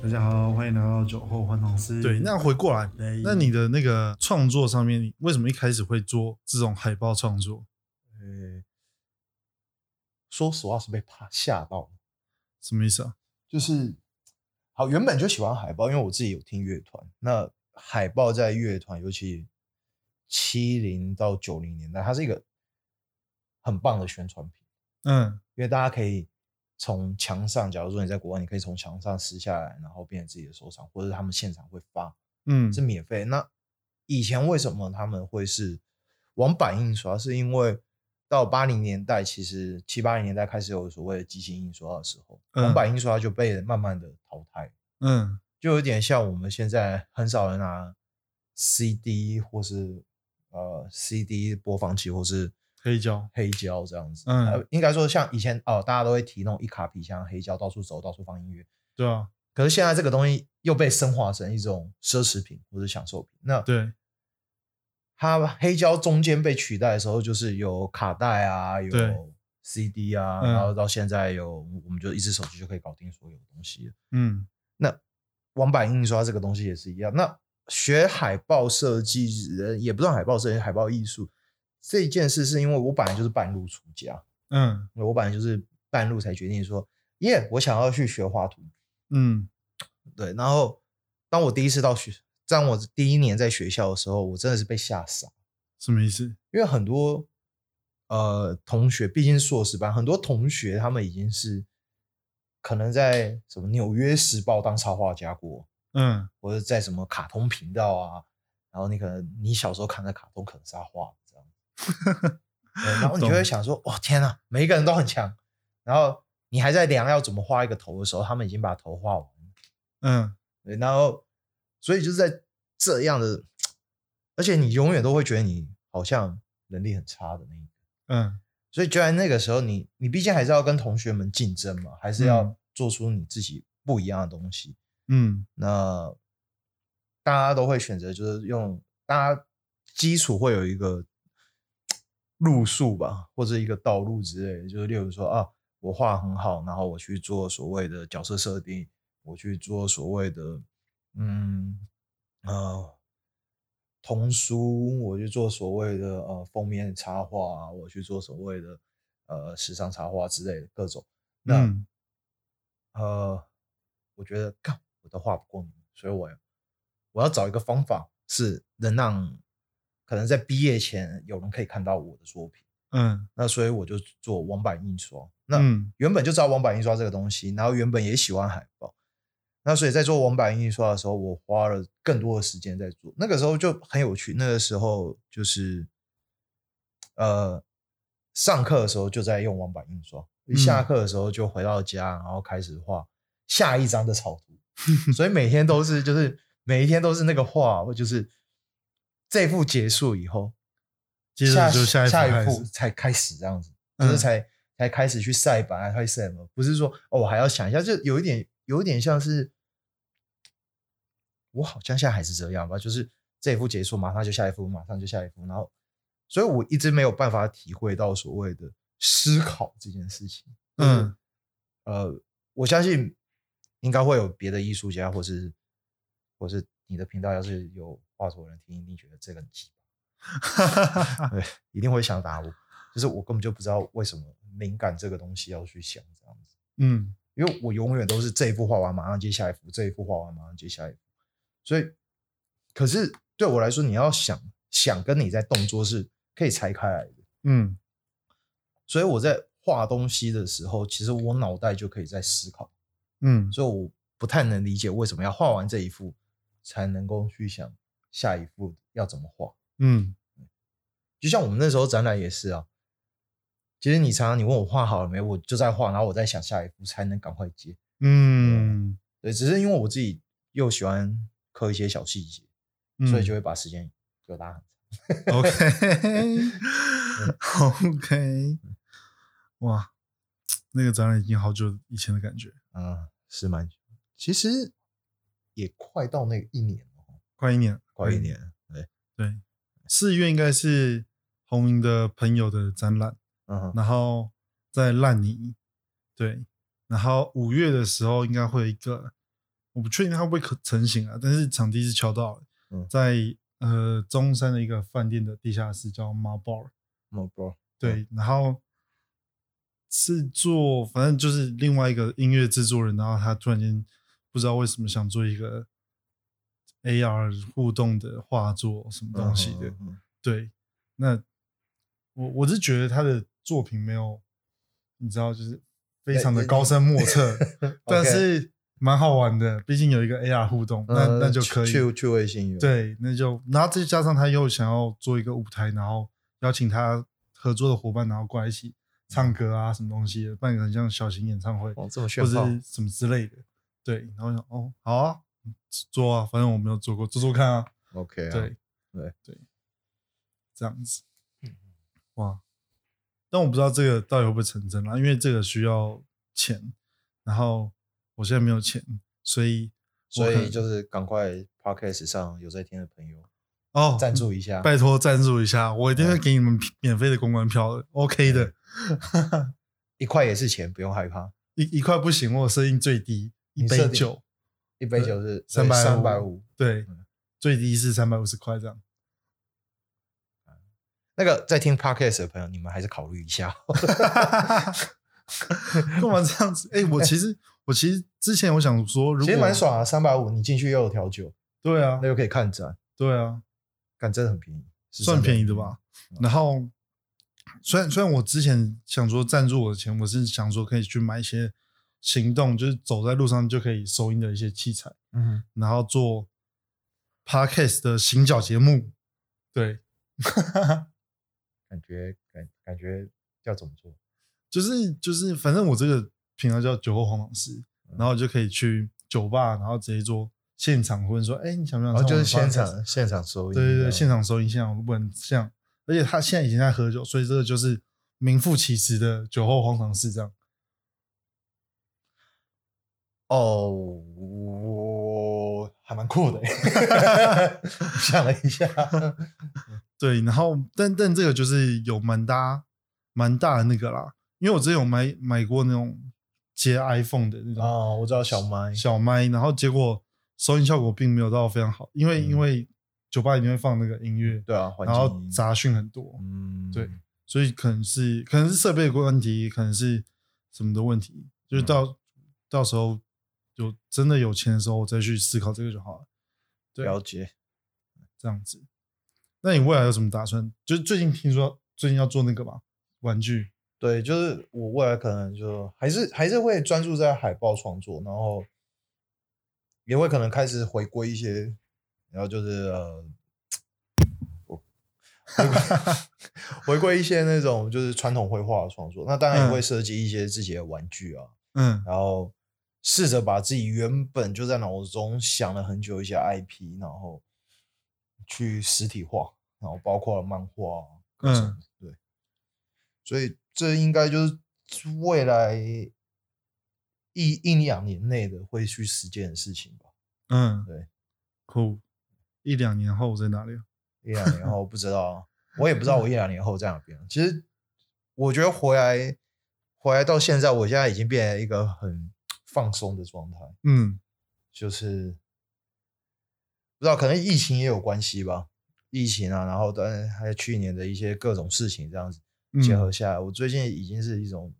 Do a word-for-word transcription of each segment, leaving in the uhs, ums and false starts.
大家好，欢迎来到酒后换同事。 对，那回过来，那你的那个创作上面，你为什么一开始会做这种海报创作？ 呃，说实话是被怕吓到。 什么意思啊？ 就是好，原本就喜欢海报，因为我自己有听乐团。那海报在乐团，尤其七零到九零年代，它是一个很棒的宣传品。 嗯， 因为大家可以从墙上，假如说你在国外，你可以从墙上撕下来，然后变成自己的收藏，或者他们现场会发， 嗯， 是免费。那以前为什么他们会是网版印刷？是因为到八零年代，其实七八零年代开始有所谓的机器印刷的时候， 嗯网版印刷就被慢慢的淘汰。 嗯， 就有点像我们现在很少人拿 C D 或是呃 C D 播放器或是黑胶黑胶这样子。 嗯呃，应该说像以前哦，大家都会提那种一卡皮箱黑胶到处走，到处放音乐。 对啊， 可是现在这个东西又被升华成一种奢侈品或者享受品。那对， 它黑胶中间被取代的时候，就是有卡带啊， 对有 C D 啊， 嗯然后到现在有我们就一只手机就可以搞定所有东西了。 嗯那网版印刷这个东西也是一样。那学海报设计，呃，也不算海报设计，海报艺术这件事，是因为我本来就是半路出家， 嗯我本来就是半路才决定说，耶，我想要去学画图。 嗯， 对，然后当我第一次到学，当我第一年在学校的时候，我真的是被吓傻。 什么意思？ 因为很多呃同学，毕竟硕士班，很多同学他们已经是可能在什么纽约时报当插画家过， 嗯， 或者在什么卡通频道啊，然后你可能你小时候看的卡通可能是他画的这样对，然后你就会想说，哦天哪，每一个人都很强，然后你还在量要怎么画一个头的时候，他们已经把头画完了。 嗯， 对，然后所以就是在这样的，而且你永远都会觉得你好像能力很差的那一个。 嗯， 所以就在那个时候你，你毕竟还是要跟同学们竞争嘛，还是要做出你自己不一样的东西。 嗯， 那大家都会选择就是用，大家基础会有一个路数吧，或者一个道路之类的，就是例如说啊，我画很好，然后我去做所谓的角色设定，我去做所谓的嗯呃童书，我去做所谓的呃封面插画，我去做所谓的呃时尚插画之类的各种。那、 嗯呃，我觉得干我都画不过你们，所以我我要找一个方法，是能让可能在毕业前有人可以看到我的作品。 嗯那所以我就做网版印刷。那嗯原本就知道网版印刷这个东西，然后原本也喜欢海报。那所以在做网版印刷的时候，我花了更多的时间在做。那个时候就很有趣，那个时候就是呃上课的时候就在用网版印刷，一下课的时候就回到家，然后开始画下一张的草图。所以每天都是就是每一天都是那个画，就是这一幅结束以后， 接着就下下一幅开始下一幅才开始这样子， 嗯就是才、才开始去晒版，开始什么，不是说哦我还要想一下，就有一点有一点像是，我好像现在还是这样吧，就是这一幅结束，马上就下一幅，马上就下一幅，然后，所以我一直没有办法体会到所谓的思考这件事情。 嗯， 呃，我相信应该会有别的艺术家，或是或是你的频道要是有画图的人听，一定觉得这个很奇葩。对，一定会想打我，就是我根本就不知道为什么灵感这个东西要去想这样子。 嗯因为我永远都是这一幅画完马上接下一幅，这一幅画完马上接下一幅，所以可是对我来说，你要想想跟你在动作是可以拆开来的。 嗯所以我在画东西的时候，其实我脑袋就可以在思考， 嗯所以我不太能理解为什么要画完这一幅才能够去想下一幅要怎么画。 嗯， 就像我们那时候展览也是啊，其实你常常你问我画好了没，我就在画，然后我在想下一幅才能赶快接。 嗯， 对，只是因为我自己又喜欢刻一些小细节， 嗯所以就会把时间就拉很长。 OK OK， 哇，那个展览已经好久以前的感觉， 嗯，是蛮久，其实也快到那个一年了， 快一年， 快一年了。对， 对，四月应该是红明的朋友的展览， 嗯哼， 然后在烂泥，对，然后五月的时候应该会有一个我不确定它会不会可成型啊，但是场地是敲到了， 嗯、 在呃中山的一个饭店的地下室叫 Marbar。Marbar 对，然后是做反正就是另外一个音乐制作人，然后他突然间不知道为什么想做一个 A R 互动的画作什么东西的，嗯嗯嗯对，那我我是觉得他的作品没有，你知道，就是非常的高深莫测，但是蛮好玩的，毕竟有一个 A R 互动，那、呃、那就可以趣趣味性有， 对，那就然后再加上他又想要做一个舞台，然后邀请他合作的伙伴，然后过来一起唱歌啊，什么东西的，办个很像小型演唱会， 哦，这么炫炮， 或者什么之类的，对，然后想哦，好啊，做啊，反正我没有做过，做做看啊 ，OK 啊， 对对对，这样子，哇。但我不知道这个到底会不会成真啦，因为这个需要钱，然后我现在没有钱，所以所以就是赶快 Podcast 上有在听的朋友哦， 赞助一下， 拜托赞助一下，我一定会给你们免费的公关票的 ，OK 的， 一块也是钱，不用害怕， 一一块不行，我设定最低一杯酒， 一杯酒是三百三百五， 对，嗯、最低是三百五十块这样。 那个在听 podcast 的朋友，你们还是考虑一下。 干嘛这样子？哎、欸，我其实我其实之前我想说，如果其实蛮爽啊，三百五，你进去又有调酒， 对啊， 那又可以看展， 对啊， 感真的很便宜， 算便宜的吧。嗯、然后虽然虽然我之前想说赞助我的钱，我是想说可以去买一些行动，就是走在路上就可以收音的一些器材， 嗯， 然后做 podcast 的行脚节目，对。 感觉感感觉要怎么做？ 就是就是，反正我这个频道叫酒后荒唐事，嗯、然后就可以去酒吧，然后直接做现场或者说，哎、欸，你想不想唱？ 哦，就是现场现场收音。 对对对，现场收音，现场问像，而且他现在已经在喝酒，所以这个就是名副其实的酒后荒唐事这样。 哦，我还蛮酷的，想了一下。 对，然后但但这个就是有蛮大蛮大的那个啦，因为我之前有买买过那种接 iPhone 的那种哦，我知道小麦小麦，然后结果收音效果并没有到非常好，因为、嗯、因为酒吧里面会放那个音乐， 对啊， 然后杂讯很多， 嗯， 对，所以可能是可能是设备的问题，可能是什么的问题，就是到、嗯、到时候有真的有钱的时候，我再去思考这个就好了。对， 了解， 这样子。那你未来有什么打算？就是最近听说最近要做那个嘛玩具， 对，就是我未来可能就还是还是会专注在海报创作，然后也会可能开始回归一些，然后就是呃，我回归一些那种就是传统绘画的创作。那当然也会设计一些自己的玩具啊， 嗯， 然后试着把自己原本就在脑中想了很久一些 I P， 然后去实体化，然后包括了漫画， 嗯， 对，所以这应该就是未来一一两年内的会去实践的事情吧。 嗯， 对， 酷。一两年后在哪里？ 一两年后不知道，我也不知道我一两年后在哪边。其实我觉得回来回来到现在，我现在已经变成一个很放松的状态。 嗯， 就是不知道，可能疫情也有关系吧。疫情啊，然后当然还有去年的一些各种事情这样子结合下来，嗯、我最近已经是一种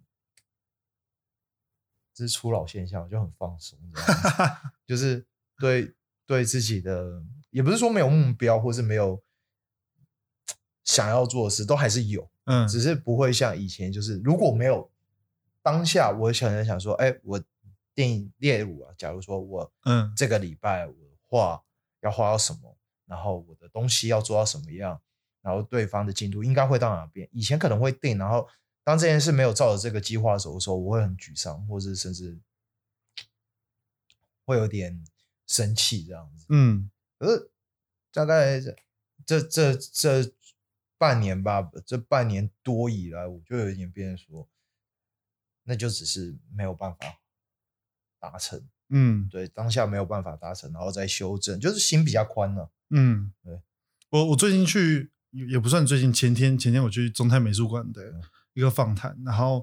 这是初老现象，就很放松，就是对对自己的，也不是说没有目标，或是没有想要做的事，都还是有， 嗯， 只是不会像以前，就是如果没有当下，我可能想说，哎、欸，我电影列入啊，假如说我嗯这个礼拜我画要画到什么。然后我的东西要做到什么样，然后对方的进度应该会到哪边？以前可能会定，然后当这件事没有照着这个计划走的时候，我会很沮丧，或者甚至会有点生气这样子。 嗯， 可是大概这这这半年吧，这半年多以来，我就有一点变成说，那就只是没有办法达成。 嗯， 对，当下没有办法达成，然后再修正，就是心比较宽了、啊。 嗯， 对， 我我最近去也不算最近，前天前天我去中泰美术馆的一个访谈，然后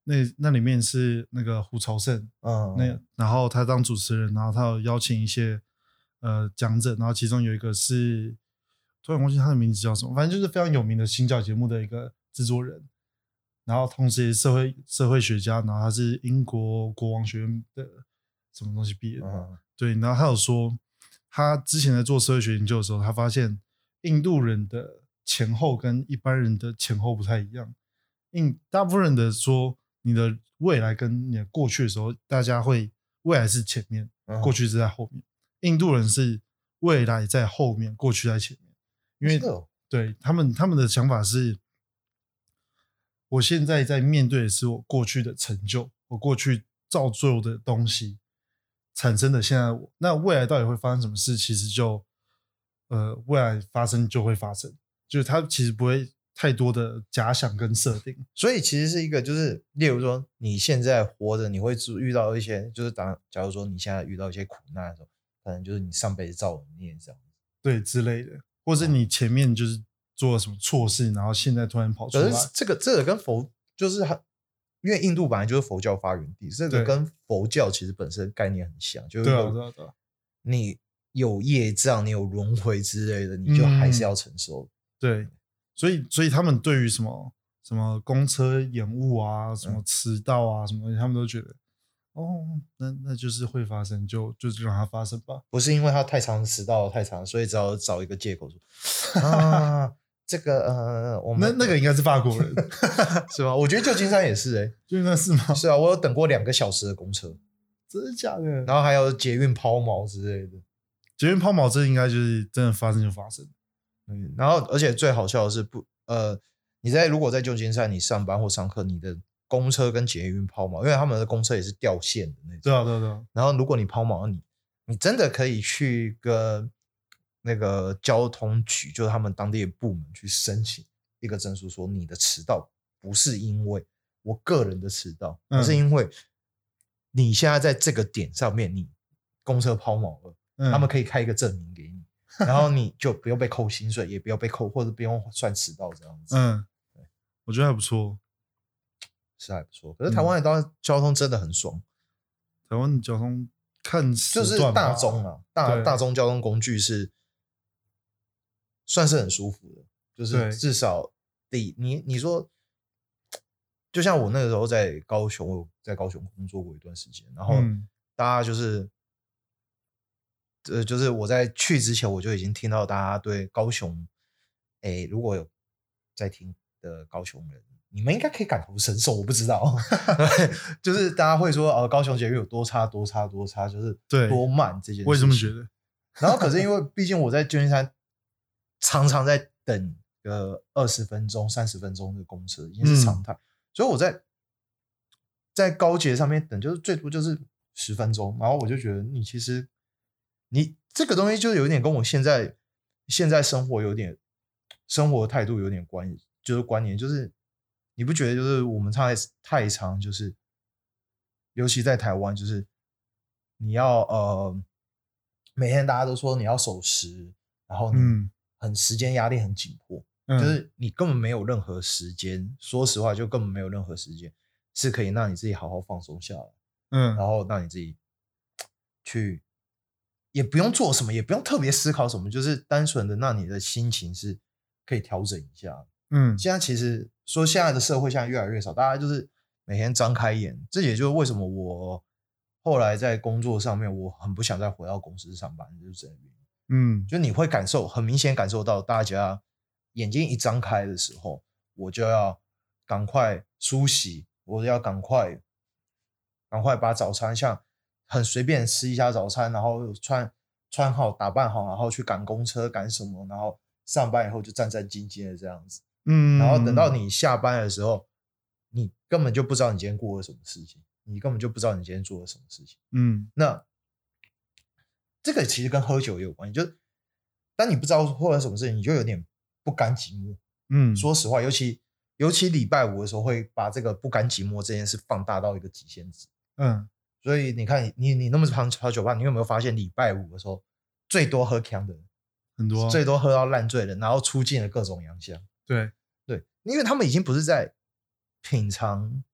那那里面是那个胡朝胜，嗯，那然后他当主持人，然后他有邀请一些呃讲者，然后其中有一个是突然忘记他的名字叫什么，反正就是非常有名的行脚节目的一个制作人，然后同时也是社会社会学家，然后他是英国国王学院的什么东西毕业的，嗯，对，然后他有说他之前在做社会学研究的时候，他发现印度人的前后跟一般人的前后不太一样。印大部分人的说，你的未来跟你的过去的时候，大家会未来是前面，嗯，过去是在后面。印度人是未来在后面，过去在前面。因为、哦、对他们他们的想法是，我现在在面对的是我过去的成就，我过去造就的东西产生的现在我。那未来到底会发生什么事？其实就呃，未来发生就会发生，就是它其实不会太多的假想跟设定， 所以其实是一个就是，例如说你现在活着，你会遇到一些，就是当假如说你现在遇到一些苦难的时候，可能就是你上辈子造的孽这样子， 对之类的，或是你前面就是做了什么错事，然后现在突然跑出来。 可是这个这个跟佛就是因为印度本来就是佛教发源地，这个跟佛教其实本身概念很像，就是对啊对啊对啊， 你有业障，你有轮回之类的，你就还是要承受。 嗯、对，所以所以他们对于什么什么公车延误啊，什么迟到啊，嗯、什么他们都觉得，哦，那那就是会发生，就就让它发生吧。 不是因为它太长迟到太长，所以只好找一个借口说啊，这个呃，我们那那个应该是法国人是吗？我觉得旧金山也是哎、欸， 旧金山是吗？ 是啊，我有等过两个小时的公车， 真的假的？ 然后还有捷运抛锚之类的。 捷运抛锚这应该就是真的发生就发生。 嗯，然后而且最好笑的是不呃，你在如果在旧金山你上班或上课，你的公车跟捷运抛锚，因为他们的公车也是掉线的那种。 对啊，对啊，对啊。 然后如果你抛锚，你你真的可以去跟那个交通局，就是他们当地的部门去申请一个证书，说你的迟到不是因为我个人的迟到，而是因为你现在在这个点上面，你公车抛锚了。嗯、他们可以开一个证明给你，然后你就不用被扣薪水，也不用被扣，或者不用算迟到这样子。 嗯，我觉得还不错， 是还不错。可是台湾的交通真的很爽。 嗯、台湾的交通看时段就是大众啊，大大众交通工具是算是很舒服的，就是至少第你你说，就像我那个时候在高雄，我在高雄工作过一段时间，然后大家就是。嗯呃，就是我在去之前，我就已经听到大家对高雄，哎，如果有在听的高雄人，你们应该可以感同身受，我不知道，就是大家会说，呃，高雄捷运有多差多差多差，就是多慢这件事情。 我也这么觉得。 然后可是因为毕竟我在旧金山常常在等个二十分钟、三十分钟的公车，已经是常态，嗯、所以我在在高捷上面等，就是最多就是十分钟，然后我就觉得你其实。你这个东西就有点跟我现在现在生活有点生活态度有点关，就是关联，就是你不觉得就是我们太太长，就是尤其在台湾，就是你要呃每天大家都说你要守时，然后你很时间压力很紧迫，嗯、就是你根本没有任何时间，说实话就根本没有任何时间是可以让你自己好好放松下来，嗯，然后让你自己去。也不用做什么，也不用特别思考什么，就是单纯的让你的心情是可以调整一下。嗯，现在其实说现在的社会现在越来越少，大家就是每天张开眼，这也就是为什么我后来在工作上面我很不想再回到公司上班，就是这个原因。嗯，就你会感受很明显感受到大家眼睛一张开的时候，我就要赶快梳洗，我要赶快赶快把早餐像。很随便吃一下早餐，然后穿穿好打扮好，然后去赶公车赶什么，然后上班以后就战战兢兢的这样子，嗯，然后等到你下班的时候，你根本就不知道你今天过了什么事情，你根本就不知道你今天做了什么事情，嗯，那这个其实跟喝酒也有关系，就是当你不知道做了什么事情，你就有点不甘寂寞，嗯，说实话，尤其尤其礼拜五的时候会把这个不甘寂寞这件事放大到一个极限值，嗯。所以你看，你你那么常跑酒吧，你有没有发现礼拜五的时候最多喝强的人很多、啊， 最多喝到烂醉的，然后出尽了各种洋相。 对对，因为他们已经不是在品尝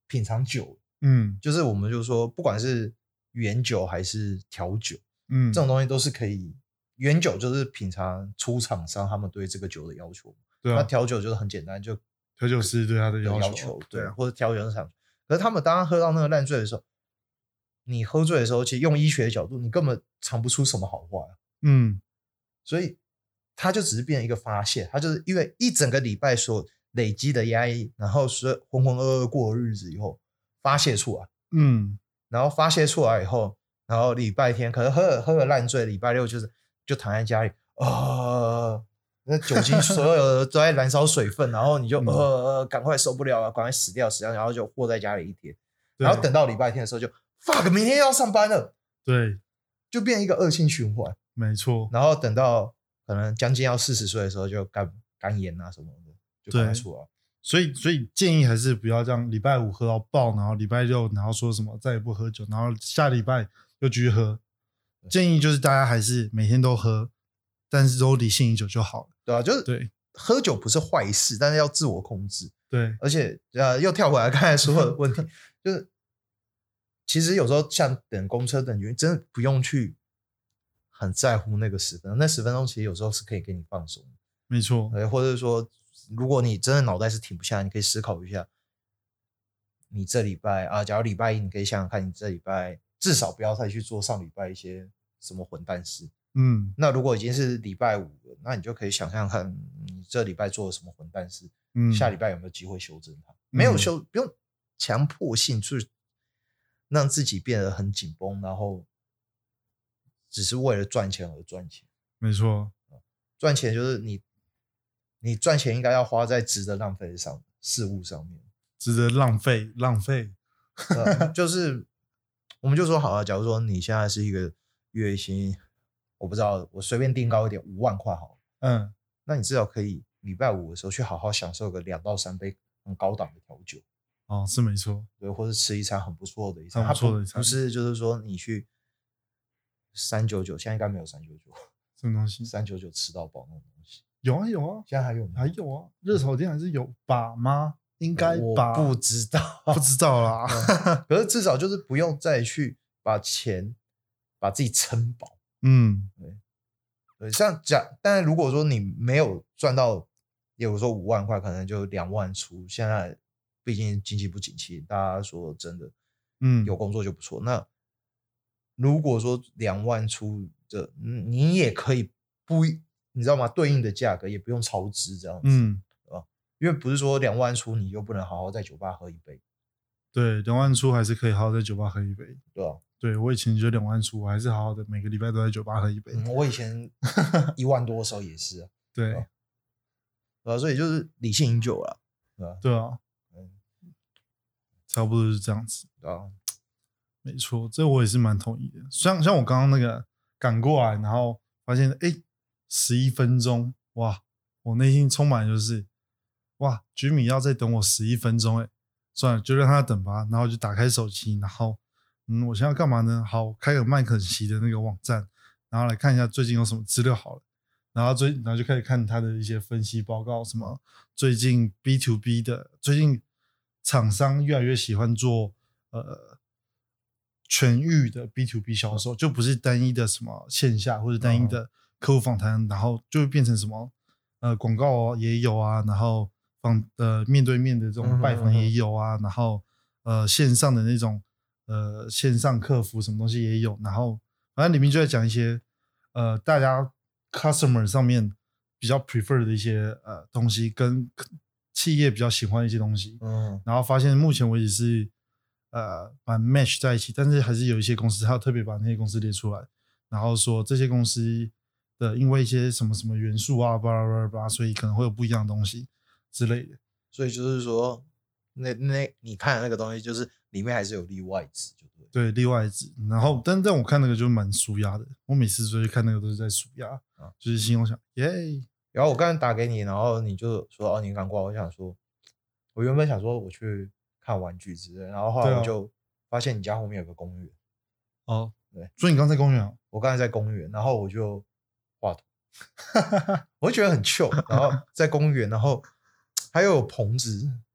品尝酒， 嗯， 就是我们就说不管是原酒还是调酒， 嗯， 这种东西都是可以。原酒就是品尝出厂商他们对这个酒的要求， 对啊， 那调酒就是很简单，就调酒师对他的要求， 求对， 对， 或者调酒厂。可是他们当他喝到那个烂醉的时候，你喝醉的时候，其实用医学的角度，你根本尝不出什么好坏啊。 嗯， 所以他就只是变成一个发泄，他就是因为一整个礼拜所累积的压抑，然后是浑浑噩噩过日子以后发泄出来， 嗯， 然后发泄出来以后，然后礼拜天可能喝了喝了烂醉，礼拜六就是就躺在家里啊、呃，那酒精所有的都在燃烧水分，然后你就呃赶快受不了了，赶快死掉死掉，然后就窝在家里一天，然后等到礼拜天的时候就 fuck 明天要上班了， 对， 就变一个恶性循环， 没错。 然后等到可能将近要四十岁的时候就肝肝炎啊什么的就赶快出来。 所以，所以建议还是不要这样，礼拜五喝到爆，然后礼拜六，然后说什么再也不喝酒，然后下礼拜又继续喝。建议就是大家还是每天都喝，但是都理性饮酒就好了。 对啊，就是对， 喝酒不是坏事，但是要自我控制。 对， 而且呃，又跳回来刚才说的问题，就是其实有时候像等公车等局，真的不用去很在乎那个十分钟，那十分钟其实有时候是可以给你放松。 没错， 对，或者说，如果你真的脑袋是停不下来，你可以思考一下，你这礼拜啊，假如礼拜一，你可以想想看，你这礼拜至少不要再去做上礼拜一些什么混蛋事。 嗯， 那如果已经是礼拜五了，那你就可以想想看，你这礼拜做了什么混蛋事， 嗯， 下礼拜有没有机会修正它？没有修，不用强迫性去让自己变得很紧绷，然后只是为了赚钱而赚钱。 没错， 赚钱就是你，你赚钱应该要花在值得浪费的上事物上面， 值得浪费浪费。 呃、就是我们就说好了，假如说你现在是一个月薪，我不知道，我随便定高一点，五万块好了， 嗯， 那你至少可以礼拜五的时候去好好享受个两到三杯很高档的调酒， 哦，是没错， 对，或者吃一餐很不错的一餐， 很不错的一餐， 不是就是说你去三九九，现在应该没有三九九， 什么东西？ 三九九吃到饱那种东西， 有啊有啊， 现在还有吗？ 还有啊，热炒店还是有吧吗？应该吧， 我不知道， 不知道啦。 嗯、可是至少就是不用再去把钱把自己撑饱。 嗯， 对，对，像假，但是如果说你没有赚到，有说五万块，可能就两万出。现在毕竟经济不景气，大家说真的， 嗯， 有工作就不错。那如果说两万出的，你也可以不，你知道吗？对应的价格也不用超支这样子， 嗯， 对吧？因为不是说两万出你就不能好好在酒吧喝一杯。 对，两万出还是可以好好在酒吧喝一杯。 对啊， 对我以前就两万出，我还是好好的每个礼拜都在酒吧喝一杯。 嗯、我以前一万多的时候也是、啊， 对， 对啊，对啊，所以就是理性饮酒啦，对吧、啊？ 对啊， 嗯， 差不多是这样子。 对啊， 没错，这我也是蛮同意的。像像我刚刚那个赶过来，然后发现哎，十一分钟，哇，我内心充满就是哇，居米要再等我十一分钟，哎，算了，就让他等吧。然后就打开手机，然后嗯，我现在要干嘛呢？好，开个麦肯锡的那个网站，然后来看一下最近有什么资料好了。然后最然后就开始看他的一些分析报告，什么最近 B to B 的，最近厂商越来越喜欢做呃全域的 B to B 销售，就不是单一的什么线下或者单一的客户访谈，然后就会变成什么呃广告也有啊，然后访呃面对面的这种拜访也有啊，然后呃线上的那种呃线上客服什么东西也有，然后反正里面就在讲一些呃大家 customer 上面比较 prefer 的一些呃东西，跟企业比较喜欢的一些东西， 嗯， 然后发现目前为止是呃蛮 match 在一起，但是还是有一些公司他特别把那些公司列出来，然后说这些公司的因为一些什么什么元素啊巴拉巴拉巴拉，所以可能会有不一样的东西之类的。 所以就是说，那那你看的那个东西，就是里面还是有例外值，就对。 对，例外值。然后，但但我看那个就蛮舒压的。我每次出去看那个都是在舒压，啊、就是心中想，耶。 然后我刚才打给你，然后你就说哦，你刚过来，我想说，我原本想说我去看玩具之类，然后后来我就发现你家后面有个公园。 哦， 对， 所以你刚才在公园啊？ 我刚才在公园，然后我就画图，我就觉得很糗。然后在公园，然后还有棚子，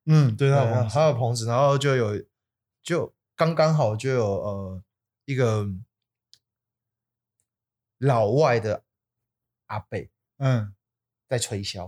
嗯，对， 他有棚子，他有棚子，然后就有就刚刚好就有呃一个老外的阿伯，嗯，在吹箫。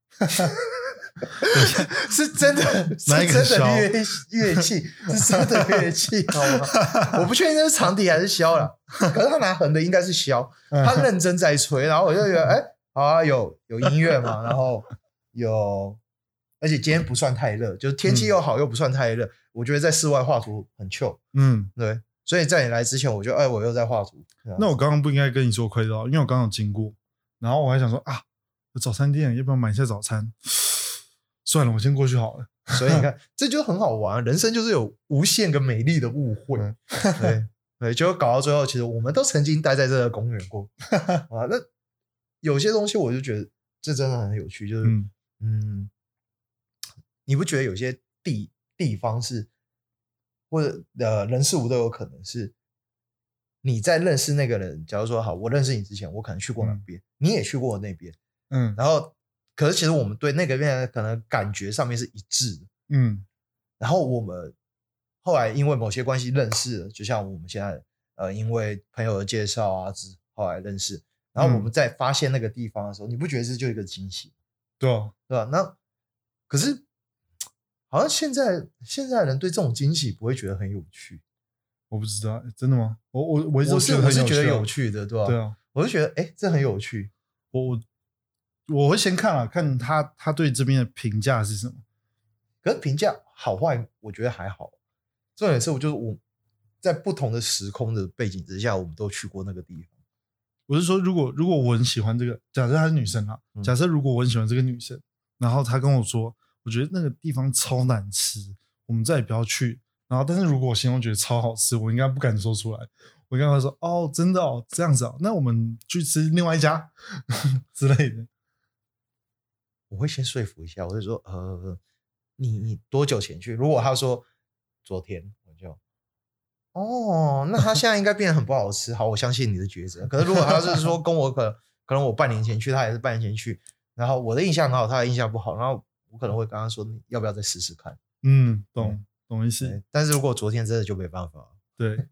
是真的，是真的乐乐器，是真的乐器，好吗？我不确定那是长笛还是箫啦，可是他拿横的应该是箫，他认真在吹，然后我就觉得，哎、欸，好啊，有有音乐嘛，然后有，而且今天不算太热，就是天气又好，又不算太热，嗯、我觉得在室外画图很 chill， 嗯，对，所以在你来之前，我就哎、欸，我又在画图。 那我刚刚不应该跟你说亏到，因为我刚刚有经过，然后我还想说啊，有早餐店，要不要买一下早餐？算了，我先过去好了。 所以你看，这就很好玩，人生就是有无限个美丽的误会。对对，就搞到最后，其实我们都曾经待在这个公园过啊。那有些东西我就觉得这真的很有趣，就是嗯，嗯你不觉得有些地地方是或者呃人事物都有可能是你在认识那个人，假如说好，我认识你之前，我可能去过哪边，嗯、你也去过那边，嗯，然后。可是其实我们对那个边可能感觉上面是一致的，嗯，然后我们后来因为某些关系认识了，就像我们现在呃因为朋友的介绍啊，后来认识，然后我们在发现那个地方的时候，嗯、你不觉得这就一个惊喜？ 对啊， 对吧？那可是好像现在现在人对这种惊喜不会觉得很有趣， 我不知道，真的吗？我我我一直我是觉得很有趣、啊、 我是觉得有趣的，对吧？ 对啊， 我就觉得哎、欸，这很有趣， 我我。我会先看啊，看他他对这边的评价是什么。 可是评价好坏，我觉得还好。重点是，我就是我在不同的时空的背景之下，我们都去过那个地方。 我是说，如果如果我很喜欢这个，假设她是女生啊，嗯、假设如果我很喜欢这个女生，然后她跟我说，我觉得那个地方超难吃，我们再也不要去。然后，但是如果我心中觉得超好吃，我应该不敢说出来。我应该会说，哦，真的哦，这样子哦，那我们去吃另外一家之类的。 我会先说服一下，我就说，呃，你你多久前去？如果他说昨天，我就，哦，那他现在应该变得很不好吃。好，我相信你的抉择。可是如果他是说跟我可可能我半年前去，他也是半年前去，然后我的印象很好，他的印象不好，然后我可能会跟他说，你要不要再试试看？ 嗯，懂、嗯、懂意思。 但是如果昨天真的就没办法， 对，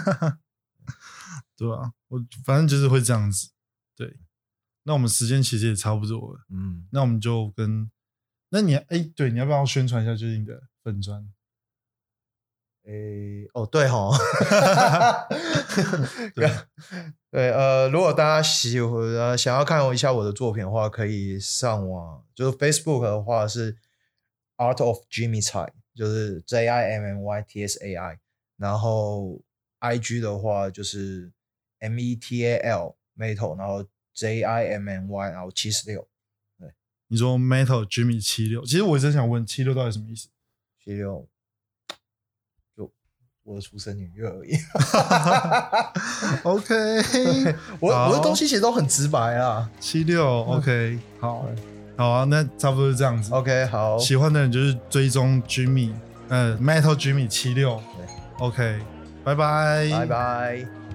对啊，我反正就是会这样子，对。那我们时间其实也差不多了，嗯，那我们就跟，那你哎、欸，对，你要不要宣传一下最近的粉专？ 哎、欸，哦，对齁，对，对，呃，如果大家喜欢、呃、想要看一下我的作品的话，可以上网，就是 Facebook 的话是 Art of Jimmy Tsai， 就是 J I M M Y T S A I， 然后 I G 的话就是 M E T A L Metal， 然后J I M M Y， 然后七十六，对， 你说 Metal Jimmy 七十六，其实我真想问七十六到底什么意思？ 七十六就我的出生年月而已。 OK， 我我的东西其实都很直白啊。 七十六 OK， 好，好啊，那差不多是这样子。 OK， 好， 喜欢的人就是追踪 Jimmy， 呃 ，Metal Jimmy 七十六， OK， 拜拜， 拜拜。